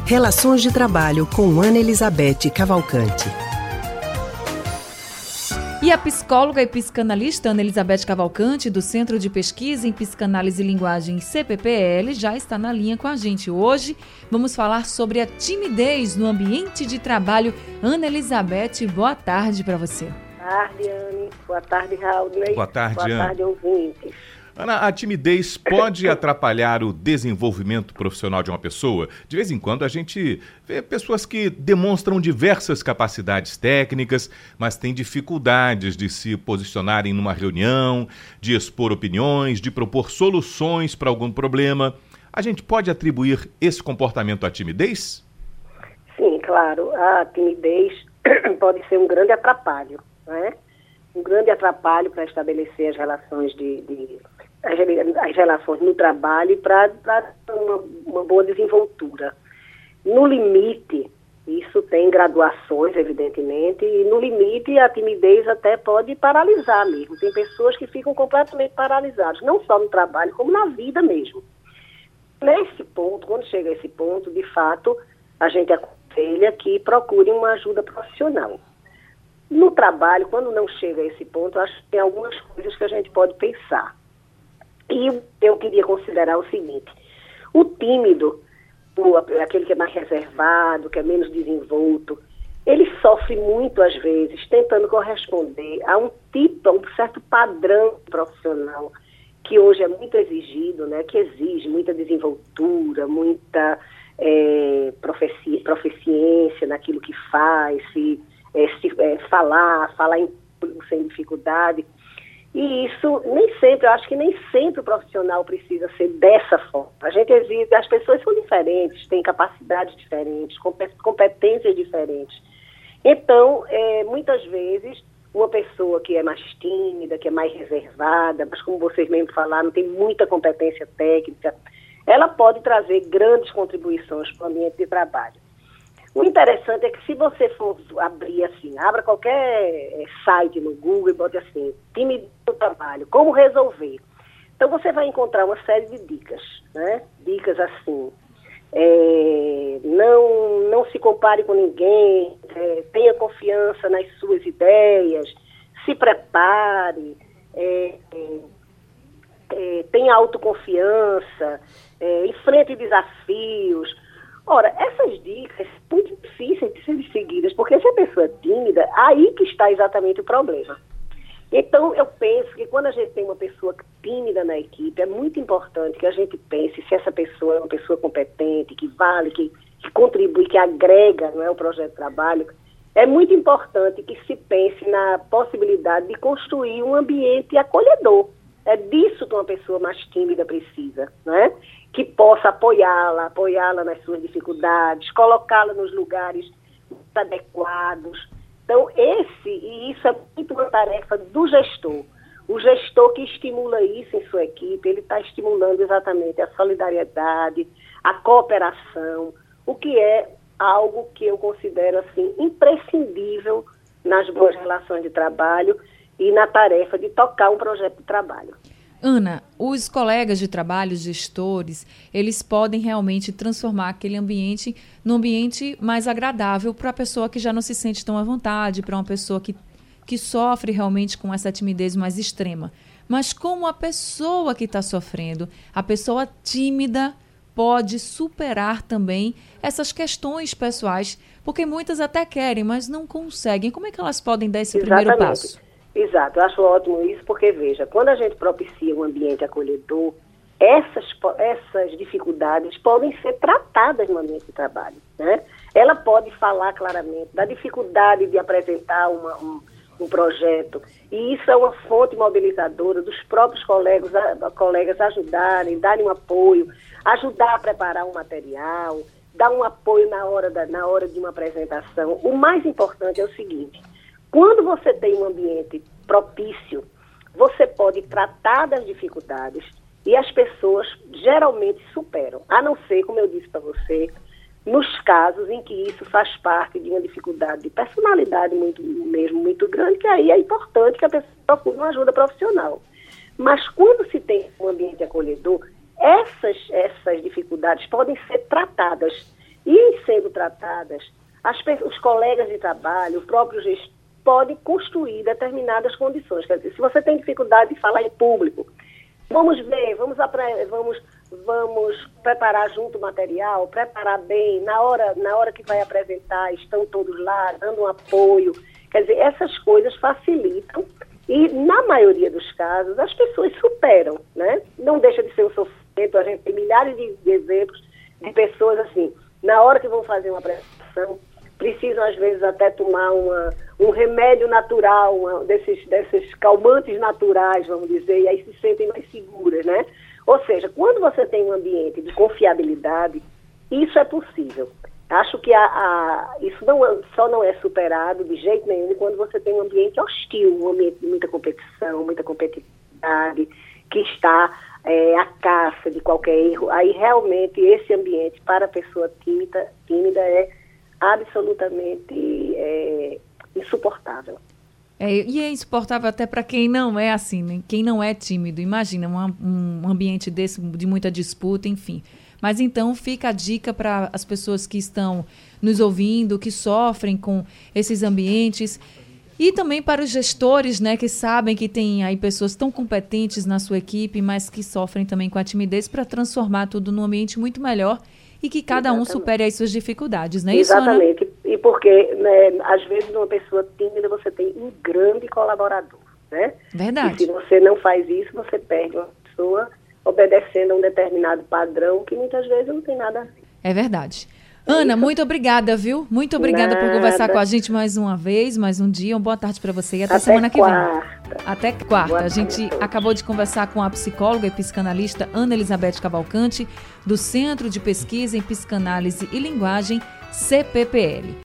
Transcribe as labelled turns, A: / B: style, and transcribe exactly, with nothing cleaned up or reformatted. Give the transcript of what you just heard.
A: Relações de Trabalho com Ana Elizabeth Cavalcante.
B: E a psicóloga e psicanalista Ana Elizabeth Cavalcante, do Centro de Pesquisa em Psicanálise e Linguagem C P P L, já está na linha com a gente. Hoje vamos falar sobre a timidez no ambiente de trabalho. Ana Elizabeth, boa tarde para você.
C: Boa tarde, Anne. Boa tarde, Raul.
D: Boa tarde,
C: Boa
D: Ana.
C: tarde, ouvintes.
D: Ana, a timidez pode atrapalhar o desenvolvimento profissional de uma pessoa? De vez em quando a gente vê pessoas que demonstram diversas capacidades técnicas, mas têm dificuldades de se posicionarem numa reunião, de expor opiniões, de propor soluções para algum problema. A gente pode atribuir esse comportamento à timidez?
C: Sim, claro. A timidez pode ser um grande atrapalho, né? Um grande atrapalho para estabelecer as relações de... de... as relações no trabalho e para uma, uma boa desenvoltura. No limite, isso tem graduações, evidentemente, e no limite a timidez até pode paralisar mesmo. Tem pessoas que ficam completamente paralisadas, não só no trabalho, como na vida mesmo. Nesse ponto, quando chega a esse ponto, de fato, a gente aconselha que procure uma ajuda profissional. No trabalho, quando não chega a esse ponto, acho que tem algumas coisas que a gente pode pensar. E eu queria considerar o seguinte: o tímido, o, aquele que é mais reservado, que é menos desenvolto, ele sofre muito, às vezes, tentando corresponder a um tipo, a um certo padrão profissional que hoje é muito exigido, né, que exige muita desenvoltura, muita é, profici, proficiência naquilo que faz, se, é, se é, falar, falar em público sem dificuldade. E isso, nem sempre, eu acho que nem sempre o profissional precisa ser dessa forma. A gente exige, as pessoas são diferentes, têm capacidades diferentes, competências diferentes. Então, é, muitas vezes, uma pessoa que é mais tímida, que é mais reservada, mas como vocês mesmo falaram, tem muita competência técnica, ela pode trazer grandes contribuições para o ambiente de trabalho. O interessante é que se você for abrir assim, abra qualquer site no Google e bote assim, timidez no trabalho, como resolver? Então você vai encontrar uma série de dicas, né? Dicas assim, é, não, não se compare com ninguém, é, tenha confiança nas suas ideias, se prepare, é, é, tenha autoconfiança, é, enfrente desafios. Ora, essas dicas são muito difíceis de serem seguidas, porque se a pessoa é tímida, aí que está exatamente o problema. Então, eu penso que quando a gente tem uma pessoa tímida na equipe, é muito importante que a gente pense se essa pessoa é uma pessoa competente, que vale, que, que contribui, que agrega, não é, o projeto de trabalho. É muito importante que se pense na possibilidade de construir um ambiente acolhedor. É disso que uma pessoa mais tímida precisa, né? Que possa apoiá-la, apoiá-la nas suas dificuldades, colocá-la nos lugares adequados. Então, esse, e isso é muito uma tarefa do gestor. O gestor que estimula isso em sua equipe, ele está estimulando exatamente a solidariedade, a cooperação, o que é algo que eu considero assim imprescindível nas boas relações de trabalho e na tarefa de tocar um projeto de trabalho.
B: Ana, os colegas de trabalho, gestores, eles podem realmente transformar aquele ambiente num ambiente mais agradável para a pessoa que já não se sente tão à vontade, para uma pessoa que, que sofre realmente com essa timidez mais extrema. Mas como a pessoa que está sofrendo, a pessoa tímida, pode superar também essas questões pessoais, porque muitas até querem, mas não conseguem. Como é que elas podem dar esse
C: Exatamente.
B: primeiro passo?
C: Exato, eu acho ótimo isso, porque, veja, quando a gente propicia um ambiente acolhedor, essas, essas dificuldades podem ser tratadas no ambiente de trabalho, né? Ela pode falar claramente da dificuldade de apresentar uma, um, um projeto, e isso é uma fonte mobilizadora dos próprios colegas, colegas ajudarem, darem um apoio, ajudar a preparar um material, dar um apoio na hora, da, na hora de uma apresentação. O mais importante é o seguinte: quando você tem um ambiente propício, você pode tratar das dificuldades e as pessoas geralmente superam, a não ser, como eu disse para você, nos casos em que isso faz parte de uma dificuldade de personalidade muito, mesmo muito grande, que aí é importante que a pessoa procure uma ajuda profissional. Mas quando se tem um ambiente acolhedor, essas, essas dificuldades podem ser tratadas E em sendo tratadas, as, os colegas de trabalho, o próprio gestor, pode construir determinadas condições. Quer dizer, se você tem dificuldade de falar em público, vamos ver, vamos, vamos, vamos preparar junto o material, preparar bem, na hora, na hora que vai apresentar, estão todos lá, dando um apoio. Quer dizer, essas coisas facilitam e, na maioria dos casos, as pessoas superam, né? Não deixa de ser um sofrimento, a gente tem milhares de, de exemplos de pessoas assim, na hora que vão fazer uma apresentação, precisam, às vezes, até tomar uma, um remédio natural, uma, desses, desses calmantes naturais, vamos dizer, e aí se sentem mais seguras, né? Ou seja, quando você tem um ambiente de confiabilidade, isso é possível. Acho que a, a, isso não, só não é superado de jeito nenhum quando você tem um ambiente hostil, um ambiente de muita competição, muita competitividade, que está é, à caça de qualquer erro. Aí, realmente, esse ambiente para a pessoa tímida, tímida é absolutamente é, insuportável.
B: É, e é insuportável até para quem não é assim, né? Quem não é tímido. Imagina um, um ambiente desse, de muita disputa, enfim. Mas então fica a dica para as pessoas que estão nos ouvindo, que sofrem com esses ambientes, e também para os gestores, né, que sabem que tem aí pessoas tão competentes na sua equipe, mas que sofrem também com a timidez, para transformar tudo num ambiente muito melhor e que cada Exatamente. um supere as suas dificuldades, não é isso, Ana?
C: Exatamente. E porque, né, às vezes, numa pessoa tímida, você tem um grande colaborador, né?
B: Verdade.
C: E se você não faz isso, você perde uma pessoa obedecendo a um determinado padrão que muitas vezes não tem nada a ver.
B: É verdade. Ana, isso. muito obrigada, viu? Muito obrigada Nada. por conversar com a gente mais uma vez, mais um dia. Uma boa tarde para você e até, até semana que
C: quarta.
B: vem. Até quarta. Boa a gente tarde. acabou de conversar com a psicóloga e psicanalista Ana Elizabeth Cavalcante, do Centro de Pesquisa em Psicanálise e Linguagem, C P P L.